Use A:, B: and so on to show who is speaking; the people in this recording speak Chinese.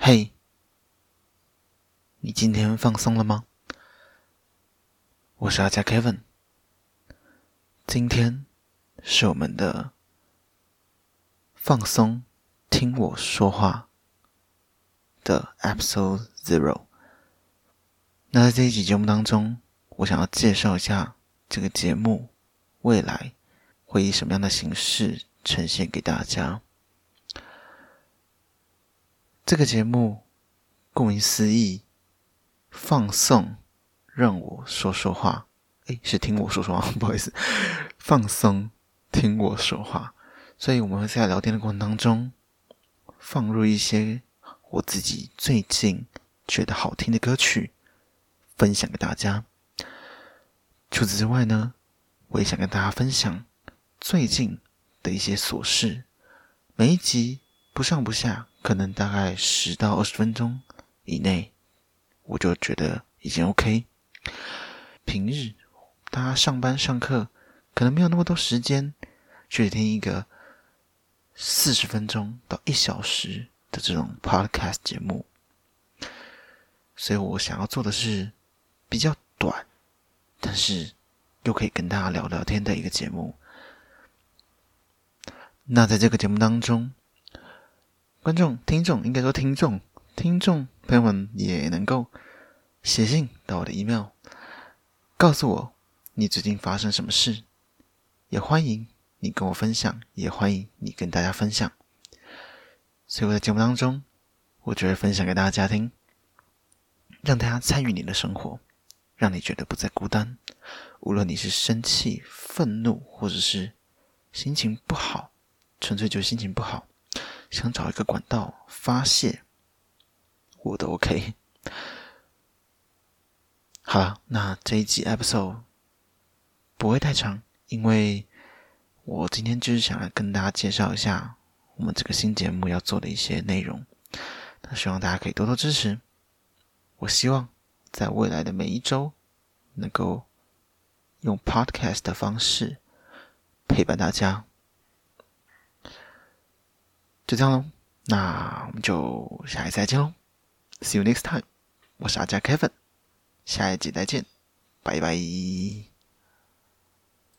A: 嘿，你今天放松了吗？我是阿家 Kevin， 今天是我们的放松听我说话的 Episode 0。那在这一集节目当中，我想要介绍一下这个节目未来会以什么样的形式呈现给大家。这个节目顾名思义，放送让我说说话，是听我说说话，不好意思，放松听我说话。所以我们会在聊天的过程当中放入一些我自己最近觉得好听的歌曲分享给大家。除此之外呢，我也想跟大家分享最近的一些琐事。每一集不上不下，可能大概10到20分钟以内，我就觉得已经 OK。平日大家上班上课可能没有那么多时间去听一个40分钟到1小时的这种 podcast 节目，所以我想要做的是比较短，但是又可以跟大家聊聊天的一个节目。那在这个节目当中，听众朋友们也能够写信到我的 email， 告诉我你最近发生什么事，也欢迎你跟我分享，也欢迎你跟大家分享。所以我在节目当中，我就会分享给大家听，让大家参与你的生活，让你觉得不再孤单。无论你是生气、愤怒，或者是心情不好，纯粹就是心情不好，想找一个管道发泄，我都 OK。 好了，那这一集 episode 不会太长，因为我今天就是想来跟大家介绍一下我们这个新节目要做的一些内容，那希望大家可以多多支持。我希望在未来的每一周能够用 podcast 的方式陪伴大家。就这样咯，那我们就下一次再见咯， See you next time。 我是阿家 Kevin， 下一集再见，拜拜。